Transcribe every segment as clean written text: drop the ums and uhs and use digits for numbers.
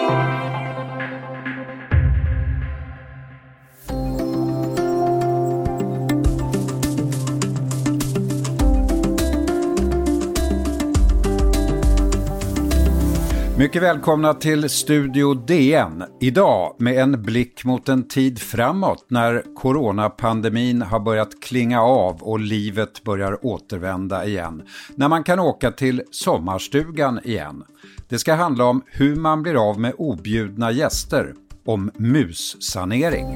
Mycket välkomna till Studio DN. Idag med en blick mot en tid framåt när coronapandemin har börjat klinga av och livet börjar återvända igen. När man kan åka till sommarstugan igen. Det ska handla om hur man blir av med objudna gäster, om mussanering.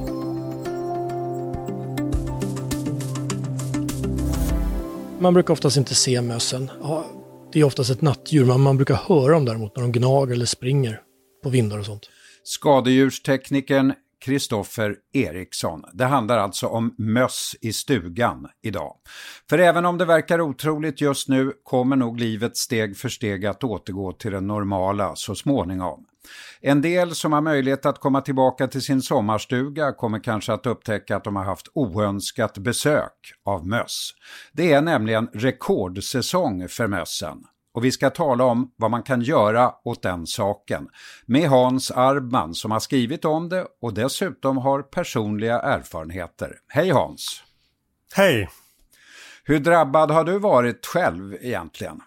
Man brukar oftast inte se mössen. Det är oftast ett nattdjur, men man brukar höra dem däremot när de gnager eller springer på vindar och sånt. Skadedjursteknikern Kristoffer Eriksson. Det handlar alltså om möss i stugan idag. För även om det verkar otroligt just nu kommer nog livet steg för steg att återgå till det normala så småningom. En del som har möjlighet att komma tillbaka till sin sommarstuga kommer kanske att upptäcka att de har haft oönskat besök av möss. Det är nämligen rekordsäsong för mössen. Och vi ska tala om vad man kan göra åt den saken med Hans Arbman som har skrivit om det och dessutom har personliga erfarenheter. Hej Hans! Hej! Hur drabbad har du varit själv egentligen?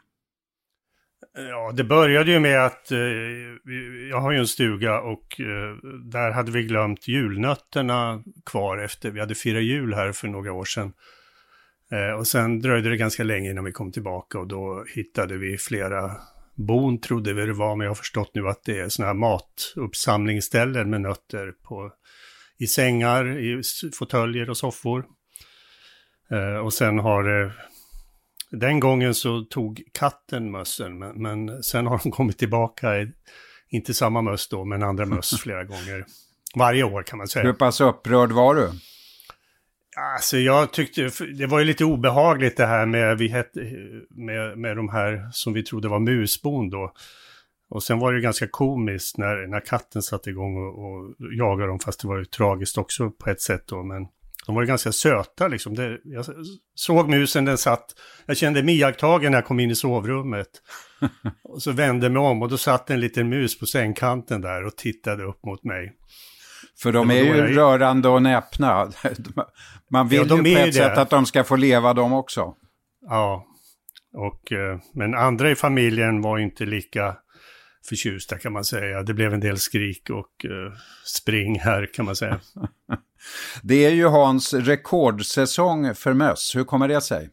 Ja, det började ju med att jag har ju en stuga och där hade vi glömt julnötterna kvar efter vi hade firat jul här för några år sedan. Och sen dröjde det ganska länge innan vi kom tillbaka och då hittade vi flera bon trodde vi det var, men jag har förstått nu att det är såna här matuppsamlingsställen med nötter i sängar, i fåtöljer och soffor. Och sen har den gången så tog katten mössen, men sen har de kommit tillbaka, inte samma möss då, men andra möss flera gånger. Varje år kan man säga. Hur pass upprörd var du? Alltså jag tyckte, det var ju lite obehagligt det här med de här som vi trodde var musbon då. Och sen var det ganska komiskt när katten satte igång och jagade dem, fast det var ju tragiskt också på ett sätt då, men de var ju ganska söta liksom. Jag såg musen, den satt, jag kände mig iakttagen när jag kom in i sovrummet. Och så vände mig om och då satt en liten mus på sängkanten där och tittade upp mot mig. För de är ju rörande och näpna. Man vill ju på ett sätt att de ska få leva dem också. Ja, men andra i familjen var inte lika förtjusta kan man säga. Det blev en del skrik och spring här kan man säga. Det är ju Hans rekordsäsong för möss. Hur kommer det sig?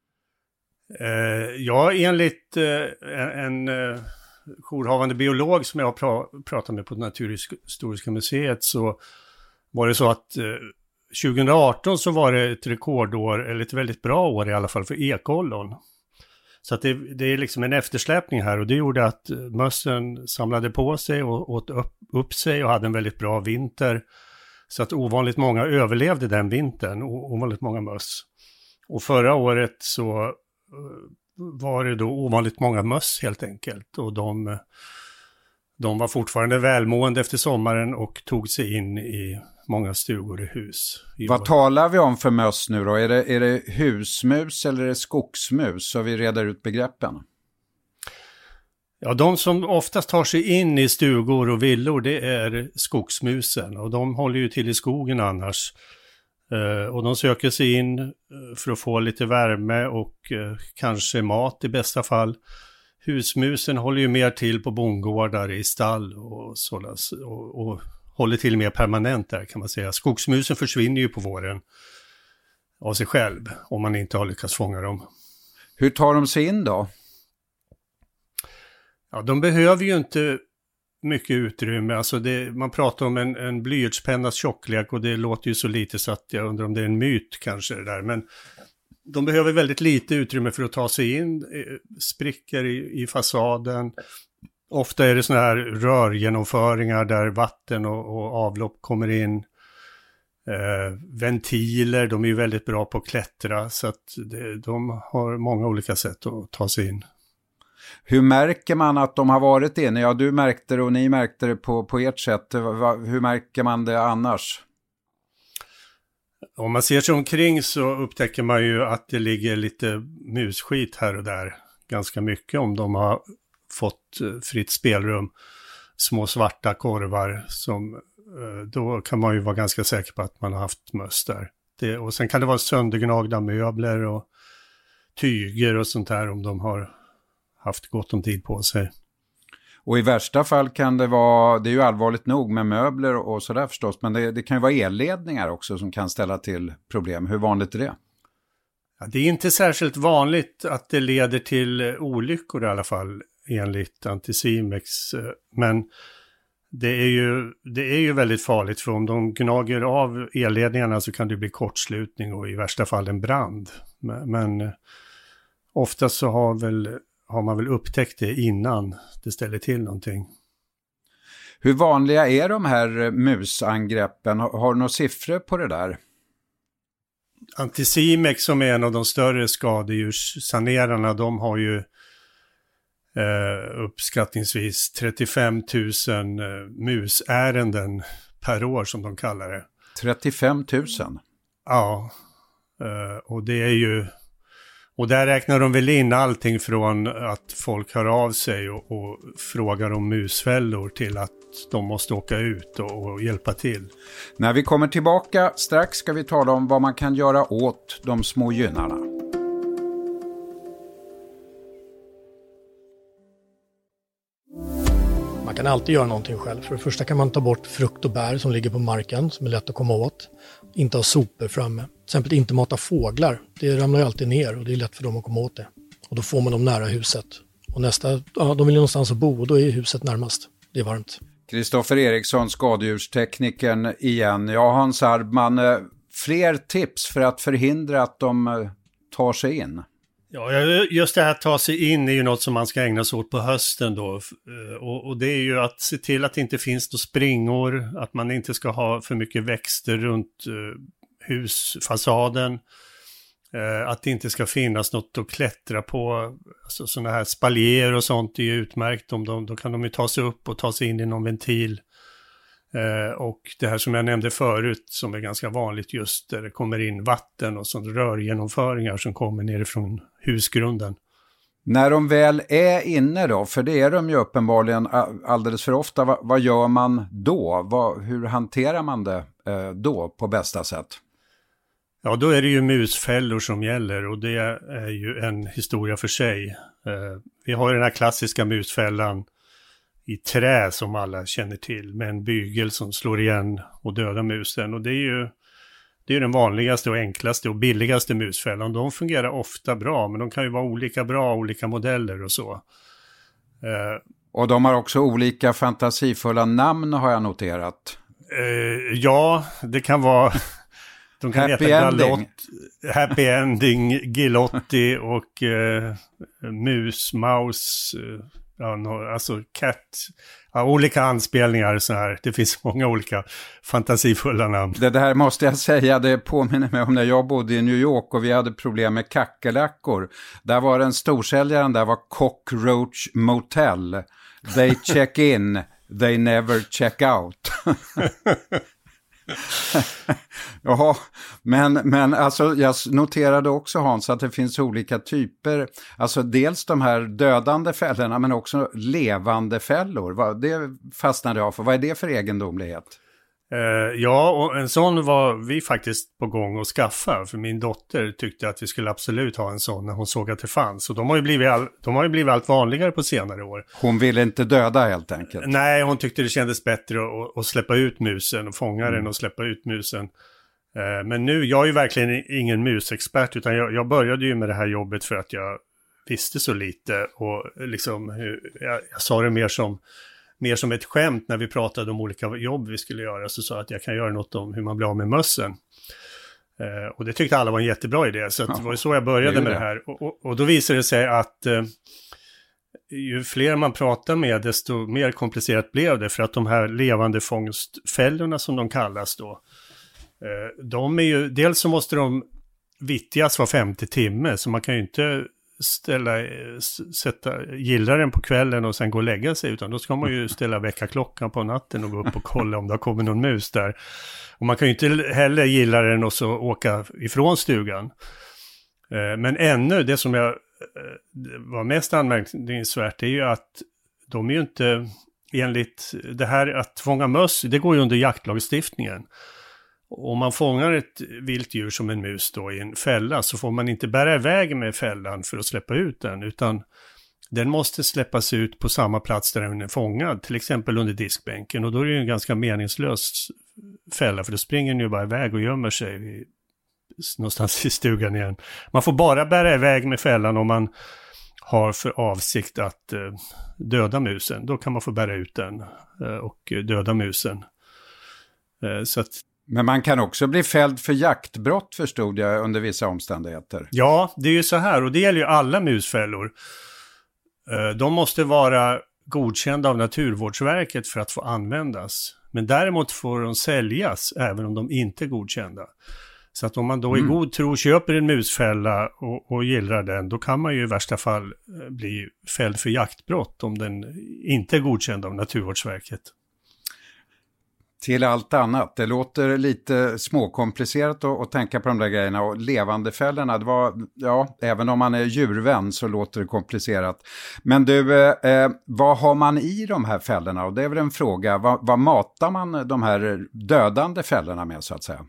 Ja, enligt en jourhavande biolog som jag har pratat med på Naturhistoriska museet så var det så att 2018 så var det ett rekordår, eller ett väldigt bra år i alla fall för ekollon. Så att det är liksom en eftersläpning här och det gjorde att mössen samlade på sig och åt upp sig och hade en väldigt bra vinter. Så att ovanligt många överlevde den vintern, ovanligt många möss. Och förra året så var det då ovanligt många möss helt enkelt. Och de var fortfarande välmående efter sommaren och tog sig in i många stugor och hus. Vad talar vi om för möss nu då? Är det husmus eller är det skogsmus? Så vi reder ut begreppen. Ja, de som oftast tar sig in i stugor och villor det är skogsmusen. Och de håller ju till i skogen annars. Och de söker sig in för att få lite värme och kanske mat i bästa fall. Husmusen håller ju mer till på bondgårdar i stall och sådant och håller till mer permanent där kan man säga. Skogsmusen försvinner ju på våren av sig själv om man inte har lyckats fånga dem. Hur tar de sig in då? Ja, de behöver ju inte mycket utrymme. Alltså man pratar om en blyertspennas tjocklek och det låter ju så lite så att jag undrar om det är en myt kanske det där. Men de behöver väldigt lite utrymme för att ta sig in, sprickor i fasaden. Ofta är det såna här rörgenomföringar där vatten och avlopp kommer in. Ventiler, de är ju väldigt bra på att klättra så att de har många olika sätt att ta sig in. Hur märker man att de har varit inne? Ja, du märkte det och ni märkte det på ert sätt. Hur märker man det annars? Om man ser sig omkring så upptäcker man ju att det ligger lite musskit här och där. Ganska mycket om de har fått fritt spelrum. små svarta korvar som då kan man ju vara ganska säker på att man har haft möss där. Och sen kan det vara söndergnagda möbler och tyger och sånt här om de har haft gott om tid på sig. Och i värsta fall kan det vara, det är ju allvarligt nog med möbler och sådär förstås, men det kan ju vara elledningar också som kan ställa till problem. Hur vanligt är det? Ja, det är inte särskilt vanligt att det leder till olyckor i alla fall enligt Anticimex, men det är ju väldigt farligt, för om de gnager av elledningarna så kan det bli kortslutning och i värsta fall en brand. Men oftast så har man väl upptäckt det innan det ställer till någonting. Hur vanliga är de här musangreppen? Har du några siffror på det där? Anticimex, som är en av de större skadedjurssanerarna, de har ju uppskattningsvis 35 000 musärenden per år som de kallar det. 35 000? Ja, och det är ju... Och där räknar de väl in allting från att folk hör av sig och frågar om musfällor till att de måste åka ut och hjälpa till. När vi kommer tillbaka strax ska vi tala om vad man kan göra åt de små gynnarna. Man kan alltid göra någonting själv. För det första kan man ta bort frukt och bär som ligger på marken som är lätt att komma åt. Inte ha sopor framme. Till exempel inte mata fåglar. Det ramlar ju alltid ner och det är lätt för dem att komma åt det. Och då får man dem nära huset. Och de vill ju någonstans att bo och då är huset närmast. Det är varmt. Kristoffer Eriksson, skadedjursteknikern igen. Ja, Hans Arbman, fler tips för att förhindra att de tar sig in? Ja, just det här att ta sig in är ju något som man ska ägna sig åt på hösten då. Och det är ju att se till att det inte finns några springor, att man inte ska ha för mycket växter runt husfasaden. Att det inte ska finnas något att klättra på. Alltså sådana här spaljer och sånt är ju utmärkt. Då kan de ju ta sig upp och ta sig in i någon ventil. Och det här som jag nämnde förut som är ganska vanligt, just där det kommer in vatten och sånt rörgenomföringar som kommer nerifrån husgrunden. När de väl är inne då, för det är de ju uppenbarligen alldeles för ofta, vad gör man då? Hur hanterar man det då på bästa sätt? Ja, då är det ju musfällor som gäller och det är ju en historia för sig. Vi har den här klassiska musfällan i trä som alla känner till, med en bygel som slår igen och dödar musen. Och det är ju den vanligaste och enklaste och billigaste musfällan. De fungerar ofta bra, men de kan ju vara olika bra, olika modeller och så. Och de har också olika fantasifulla namn, har jag noterat. Ja, det kan vara... De kan heta Happy Ending, Gilotti och Mouse, alltså Cat. Ja, olika anspelningar så här. Det finns många olika fantasifulla namn. Det här måste jag säga, det påminner mig om när jag bodde i New York och vi hade problem med kackerlackor. Där var den storsäljaren, där var Cockroach Motel. They check in, they never check out. Ja, men alltså jag noterade också, Hans, att det finns olika typer, alltså dels de här dödande fällorna men också levande fällor. Det fastnade jag för. Vad är det för egendomlighet? Ja, och en sån var vi faktiskt på gång att skaffa, för min dotter tyckte att vi skulle absolut ha en sån när hon såg att det fanns. Och de har ju blivit allt vanligare på senare år. Hon ville inte döda helt enkelt? Nej, hon tyckte det kändes bättre att släppa ut musen och fånga den och släppa ut musen. Men nu, jag är ju verkligen ingen musexpert, utan jag började ju med det här jobbet för att jag visste så lite. Och liksom, jag sa det mer som ett skämt när vi pratade om olika jobb vi skulle göra, så sa jag att jag kan göra något om hur man blir av med mössen. Och det tyckte alla var en jättebra idé, så det var ju så jag började med det här. Och då visade det sig att ju fler man pratar med, desto mer komplicerat blev det, för att de här levande fångstfällorna som de kallas då, de är ju, dels så måste de vittjas var 50 timme, så man kan ju inte sätta gillaren på kvällen och sen gå och lägga sig, utan då ska man ju ställa väckarklockan på natten och gå upp och kolla om det har kommit någon mus där. Och man kan ju inte heller gillaren och så åka ifrån stugan. Men ännu, det som jag var mest anmärkningsvärt är ju att de är ju inte enligt det här att fånga möss, det går ju under jaktlagstiftningen. Om man fångar ett vilt djur som en mus då i en fälla, så får man inte bära iväg med fällan för att släppa ut den, utan den måste släppas ut på samma plats där den är fångad, till exempel under diskbänken. Och då är det ju en ganska meningslös fälla, för då springer den ju bara iväg och gömmer sig någonstans i stugan igen. Man får bara bära iväg med fällan om man har för avsikt att döda musen. Då kan man få bära ut den och döda musen. Så att, men man kan också bli fälld för jaktbrott, förstod jag, under vissa omständigheter. ja, det är ju så här, och det gäller ju alla musfällor. De måste vara godkända av Naturvårdsverket för att få användas. Men däremot får de säljas även om de inte är godkända. Så att om man då i god tro köper en musfälla och gillar den, då kan man ju i värsta fall bli fälld för jaktbrott om den inte är godkänd av Naturvårdsverket. Till allt annat. Det låter lite småkomplicerat att tänka på de där grejerna, och levandefällorna, det var, ja, även om man är djurvän så låter det komplicerat. Men du, vad har man i de här fällorna? Och det är väl en fråga, vad matar man de här dödande fällorna med, så att säga?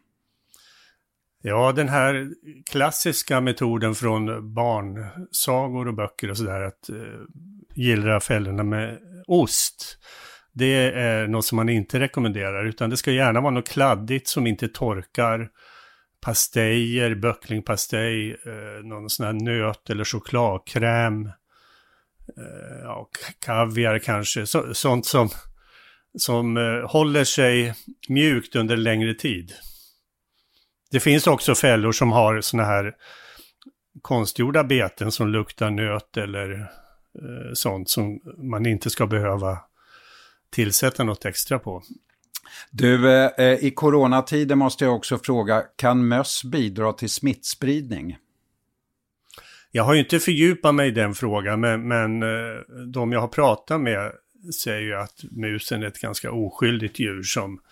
Ja, den här klassiska metoden från barnsagor och böcker och sådär, att gillra fällorna med ost, det är något som man inte rekommenderar, utan det ska gärna vara något kladdigt som inte torkar. Pastejer, böcklingpastej, någon sån här nöt- eller chokladkräm, ja, kaviar kanske, sånt som håller sig mjukt under längre tid. Det finns också fällor som har såna här konstgjorda beten som luktar nöt eller sånt som man inte ska behöva tillsätta något extra på. Du, i coronatiden måste jag också fråga, kan möss bidra till smittspridning? Jag har ju inte fördjupat mig i den frågan, men de jag har pratat med säger ju att musen är ett ganska oskyldigt djur som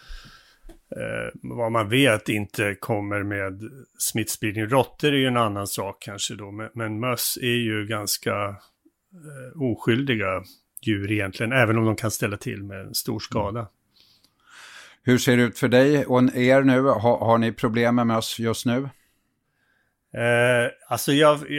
vad man vet inte kommer med smittspridning. Råttor är ju en annan sak kanske då, men möss är ju ganska oskyldiga djur egentligen, även om de kan ställa till med en stor skada. Hur ser det ut för dig och er nu? Har ni problem med möss just nu? Alltså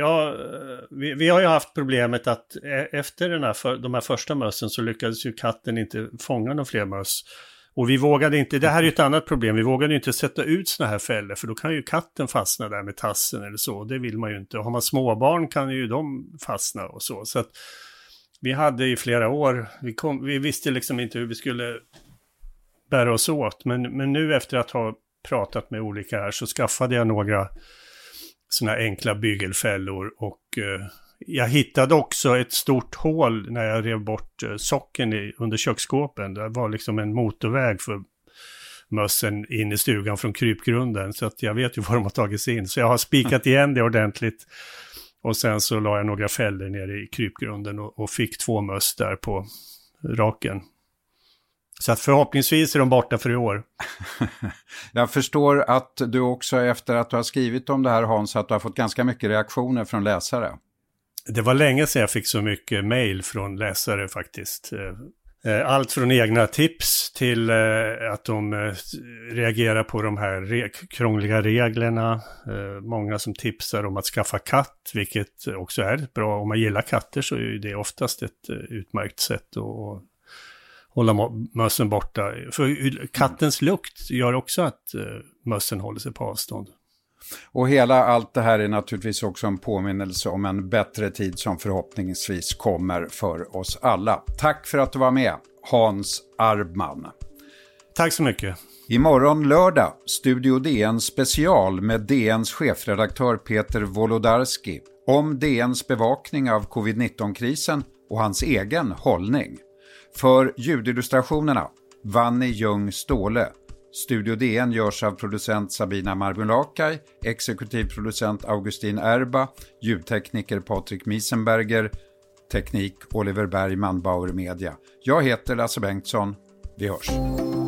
vi har ju haft problemet att efter de här första mössen så lyckades ju katten inte fånga några fler möss. Och vi vågade inte, det här är ju ett annat problem, vi vågade inte sätta ut såna här fällor, för då kan ju katten fastna där med tassen eller så, det vill man ju inte. Och har man småbarn kan ju de fastna och så. Så att vi hade i flera år, vi visste liksom inte hur vi skulle bära oss åt. Men nu efter att ha pratat med olika här så skaffade jag några såna enkla bygelfällor. Och jag hittade också ett stort hål när jag rev bort socken under köksskåpen. Det var liksom en motorväg för mössen in i stugan från krypgrunden. Så att jag vet ju var de har tagit sig in. Så jag har spikat igen det ordentligt. Och sen så la jag några fällor ner i krypgrunden och fick 2 möss där på raken. Så att förhoppningsvis är de borta för i år. Jag förstår att du också efter att du har skrivit om det här, Hans, att du har fått ganska mycket reaktioner från läsare. Det var länge sedan jag fick så mycket mejl från läsare faktiskt. Allt från egna tips till att de reagerar på de här krångliga reglerna. Många som tipsar om att skaffa katt, vilket också är bra. Om man gillar katter så är det oftast ett utmärkt sätt att hålla mössen borta. För kattens lukt gör också att mössen håller sig på avstånd. Och allt det här är naturligtvis också en påminnelse om en bättre tid som förhoppningsvis kommer för oss alla. Tack för att du var med, Hans Arbman. Tack så mycket. Imorgon lördag, Studio DN special med DNs chefredaktör Peter Wolodarski om DNs bevakning av covid-19-krisen och hans egen hållning. För ljudillustrationerna, Vanni Ljung Ståhle. Studio DN görs av producent Sabina Marmulakai, exekutiv producent Augustin Erba, ljudtekniker Patrik Miesenberger, teknik Oliver Bergman, Bauer Media. Jag heter Lasse Bengtsson. Vi hörs.